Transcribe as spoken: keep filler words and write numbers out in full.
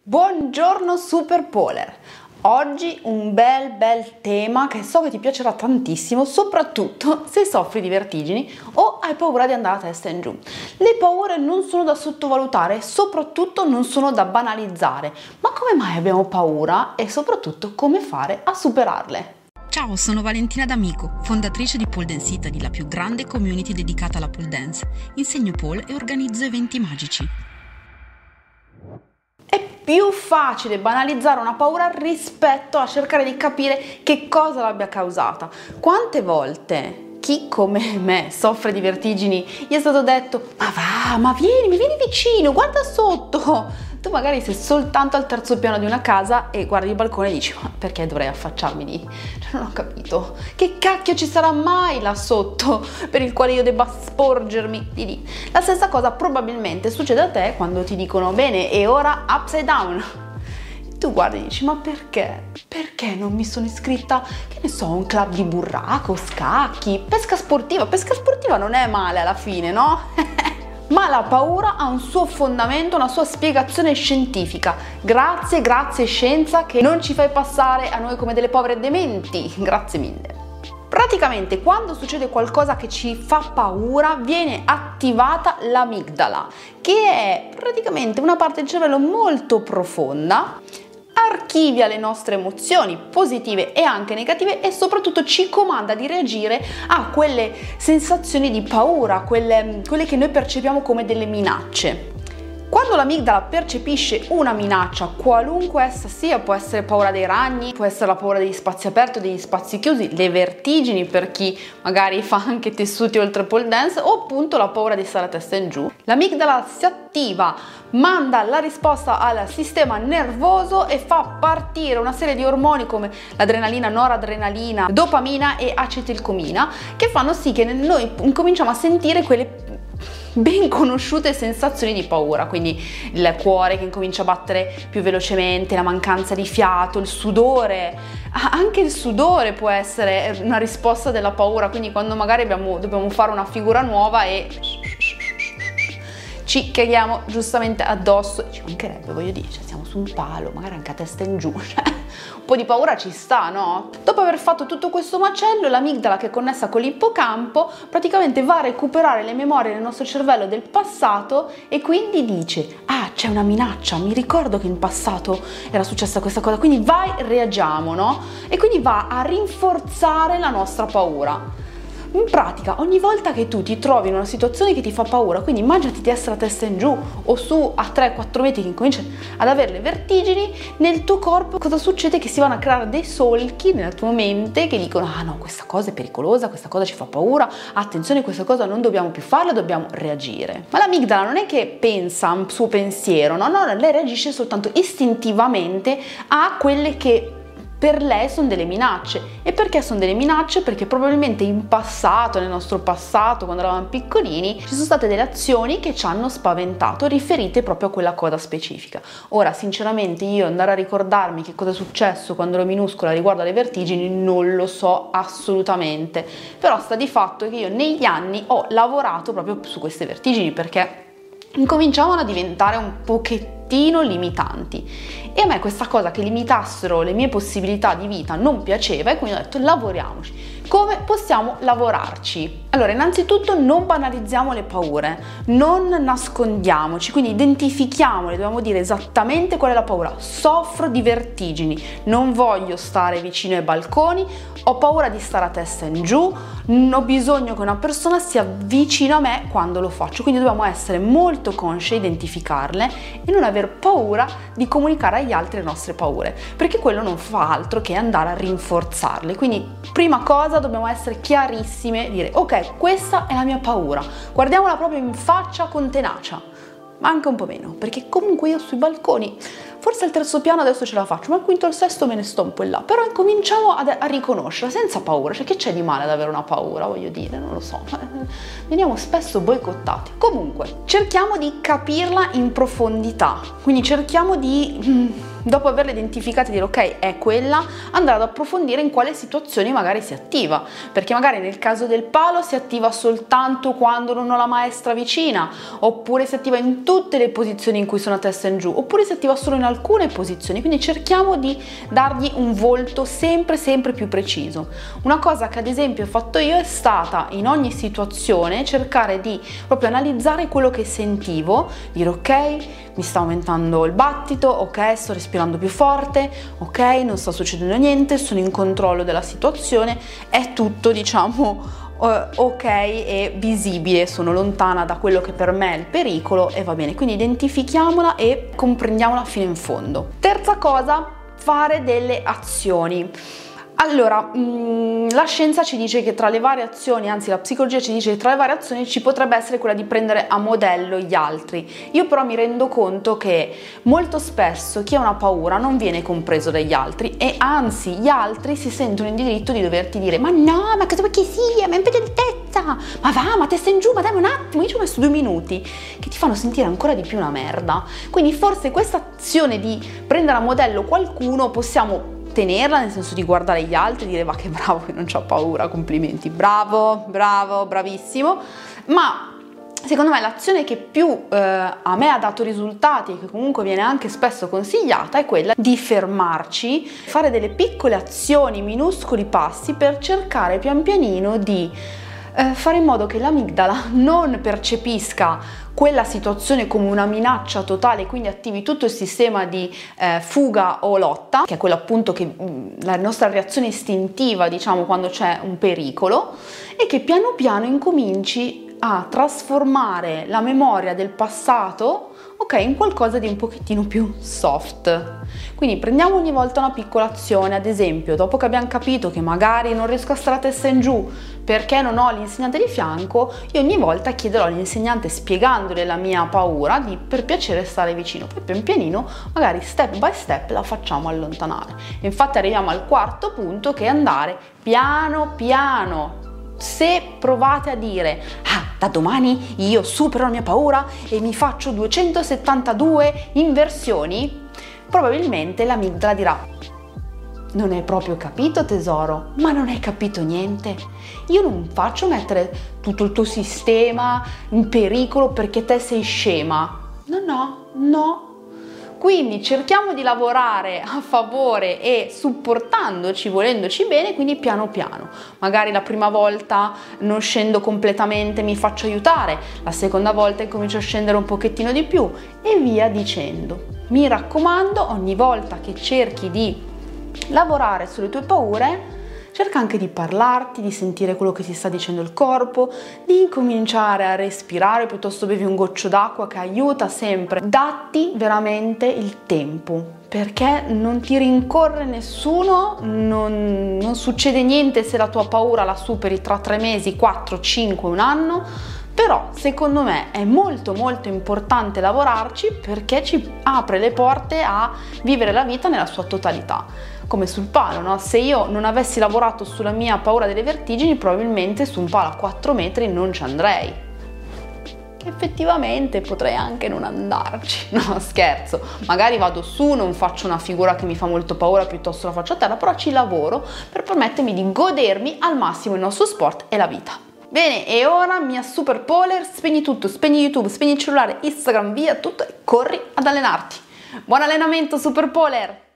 Buongiorno Super Poler! Oggi un bel bel tema che so che ti piacerà tantissimo, soprattutto se soffri di vertigini o hai paura di andare a testa in giù. Le paure non sono da sottovalutare, soprattutto non sono da banalizzare. Ma come mai abbiamo paura e soprattutto come fare a superarle? Ciao, sono Valentina D'Amico, fondatrice di Pole Dance Italy, la più grande community dedicata alla pole dance. Insegno pole e organizzo eventi magici. È più facile banalizzare una paura rispetto a cercare di capire che cosa l'abbia causata. Quante volte chi come me soffre di vertigini gli è stato detto: ma va, ma vieni, mi vieni vicino, guarda sotto. Tu magari sei soltanto al terzo piano di una casa e guardi il balcone e dici: ma perché dovrei affacciarmi lì? Cioè, non ho capito. Che cacchio ci sarà mai là sotto per il quale io debba sporgermi di lì? La stessa cosa probabilmente succede a te quando ti dicono: bene, e ora upside down. Tu guardi e dici: ma perché? Perché non mi sono iscritta, che ne so, a un club di burraco, scacchi, pesca sportiva? Pesca sportiva non è male alla fine, no? Ma la paura ha un suo fondamento, una sua spiegazione scientifica. Grazie, grazie scienza che non ci fai passare a noi come delle povere dementi. Grazie mille. Praticamente quando succede qualcosa che ci fa paura viene attivata l'amigdala, che è praticamente una parte del cervello molto profonda, archivia le nostre emozioni positive e anche negative e soprattutto ci comanda di reagire a quelle sensazioni di paura, quelle, quelle che noi percepiamo come delle minacce. Quando l'amigdala percepisce una minaccia, qualunque essa sia, può essere paura dei ragni, può essere la paura degli spazi aperti o degli spazi chiusi, le vertigini per chi magari fa anche tessuti oltre pole dance, o appunto la paura di stare a testa in giù, l'amigdala si attiva, manda la risposta al sistema nervoso e fa partire una serie di ormoni come l'adrenalina, noradrenalina, dopamina e acetilcomina, che fanno sì che noi incominciamo a sentire quelle ben conosciute sensazioni di paura, quindi il cuore che incomincia a battere più velocemente, la mancanza di fiato, il sudore. Anche il sudore può essere una risposta della paura, quindi quando magari abbiamo, dobbiamo fare una figura nuova e ci caghiamo giustamente addosso, ci mancherebbe, voglio dire, cioè siamo su un palo, magari anche a testa in giù, cioè, un po' di paura ci sta, no? Dopo aver fatto tutto questo macello, l'amigdala, che è connessa con l'ippocampo, praticamente va a recuperare le memorie nel nostro cervello del passato e quindi dice: ah, c'è una minaccia, mi ricordo che in passato era successa questa cosa, quindi vai, reagiamo, no? E quindi va a rinforzare la nostra paura. In pratica, ogni volta che tu ti trovi in una situazione che ti fa paura, quindi immaginati di essere a testa in giù o su a tre quattro metri che incominci ad avere le vertigini, nel tuo corpo cosa succede? Che si vanno a creare dei solchi nella tua mente che dicono: ah no, questa cosa è pericolosa, questa cosa ci fa paura, attenzione, questa cosa non dobbiamo più farla, dobbiamo reagire. Ma l'amigdala non è che pensa un suo pensiero, no, no, lei reagisce soltanto istintivamente a quelle che per lei sono delle minacce. E perché sono delle minacce? Perché probabilmente in passato, nel nostro passato, quando eravamo piccolini, ci sono state delle azioni che ci hanno spaventato, riferite proprio a quella cosa specifica. Ora, sinceramente, io andare a ricordarmi che cosa è successo quando ero minuscola riguardo alle vertigini non lo so assolutamente, però sta di fatto che io negli anni ho lavorato proprio su queste vertigini, perché incominciavano a diventare un pochettino limitanti e a me questa cosa che limitassero le mie possibilità di vita non piaceva, e quindi ho detto: lavoriamoci. Come possiamo lavorarci? Allora, innanzitutto non banalizziamo le paure, non nascondiamoci, quindi identifichiamole, dobbiamo dire esattamente qual è la paura. Soffro di vertigini, non voglio stare vicino ai balconi, ho paura di stare a testa in giù, ho bisogno che una persona sia vicino a me quando lo faccio, quindi dobbiamo essere molto consci, identificarle e non aver paura di comunicare agli altri le nostre paure, perché quello non fa altro che andare a rinforzarle. Quindi prima cosa dobbiamo essere chiarissime, dire: ok, questa è la mia paura, guardiamola proprio in faccia con tenacia, ma anche un po' meno, perché comunque io sui balconi, forse al terzo piano adesso ce la faccio, ma al quinto e al sesto me ne sto un po' in là, però incominciamo a, a riconoscerla senza paura. Cioè, che c'è di male ad avere una paura, voglio dire, non lo so, veniamo spesso boicottati. Comunque, cerchiamo di capirla in profondità, quindi cerchiamo di Dopo averle identificate e dire ok, è quella, andare ad approfondire in quale situazioni magari si attiva, perché magari nel caso del palo si attiva soltanto quando non ho la maestra vicina, oppure si attiva in tutte le posizioni in cui sono a testa in giù, oppure si attiva solo in alcune posizioni, quindi cerchiamo di dargli un volto sempre sempre più preciso. Una cosa che ad esempio ho fatto io è stata in ogni situazione cercare di proprio analizzare quello che sentivo, dire ok, mi sta aumentando il battito, ok, sto respirando più forte, ok, non sta succedendo niente, sono in controllo della situazione, è tutto diciamo uh, ok e visibile, sono lontana da quello che per me è il pericolo e va bene, quindi identifichiamola e comprendiamola fino in fondo. Terza cosa, fare delle azioni. Allora, mh, la scienza ci dice che tra le varie azioni, anzi la psicologia ci dice che tra le varie azioni ci potrebbe essere quella di prendere a modello gli altri. Io però mi rendo conto che molto spesso chi ha una paura non viene compreso dagli altri e anzi gli altri si sentono in diritto di doverti dire ma no, ma cosa vuoi che sia, ma è un po' di altezza, ma va, ma testa in giù, ma dammi un attimo, io ci ho messo due minuti, che ti fanno sentire ancora di più una merda. Quindi forse questa azione di prendere a modello qualcuno possiamo tenerla, nel senso di guardare gli altri e dire va che bravo che non c'ho paura, complimenti, bravo, bravo, bravissimo, ma secondo me l'azione che più eh, a me ha dato risultati e che comunque viene anche spesso consigliata è quella di fermarci, fare delle piccole azioni, minuscoli passi per cercare pian pianino di eh, fare in modo che l'amigdala non percepisca quella situazione come una minaccia totale, quindi attivi tutto il sistema di eh, fuga o lotta, che è quello appunto che mh, la nostra reazione istintiva, diciamo, quando c'è un pericolo, e che piano piano incominci a trasformare la memoria del passato, ok, in qualcosa di un pochettino più soft. Quindi prendiamo ogni volta una piccola azione, ad esempio, dopo che abbiamo capito che magari non riesco a stare a testa in giù perché non ho l'insegnante di fianco, io ogni volta chiederò all'insegnante, spiegandole la mia paura, di per piacere stare vicino, poi pian pianino, magari step by step, la facciamo allontanare. Infatti arriviamo al quarto punto, che è andare piano piano. Se provate a dire ah, da domani io supero la mia paura e mi faccio duecentosettantadue inversioni, probabilmente l'amigdala dirà non hai proprio capito tesoro, ma non hai capito niente, io non faccio mettere tutto il tuo sistema in pericolo perché te sei scema, no no no. Quindi cerchiamo di lavorare a favore e supportandoci, volendoci bene, quindi piano piano. Magari la prima volta non scendo completamente, mi faccio aiutare, la seconda volta incomincio a scendere un pochettino di più e via dicendo. Mi raccomando, ogni volta che cerchi di lavorare sulle tue paure, cerca anche di parlarti, di sentire quello che ti sta dicendo il corpo, di cominciare a respirare, piuttosto bevi un goccio d'acqua che aiuta sempre. Datti veramente il tempo, perché non ti rincorre nessuno, non, non succede niente se la tua paura la superi tra tre mesi, quattro, cinque, un anno. Però secondo me è molto molto importante lavorarci perché ci apre le porte a vivere la vita nella sua totalità. Come sul palo, no? Se io non avessi lavorato sulla mia paura delle vertigini, probabilmente su un palo a quattro metri non ci andrei. Che effettivamente potrei anche non andarci, no scherzo, magari vado su, non faccio una figura che mi fa molto paura, piuttosto la faccio a terra, però ci lavoro per permettermi di godermi al massimo il nostro sport e la vita. Bene, e ora mia super poler, spegni tutto, spegni YouTube, spegni il cellulare, Instagram, via tutto e corri ad allenarti. Buon allenamento super poler!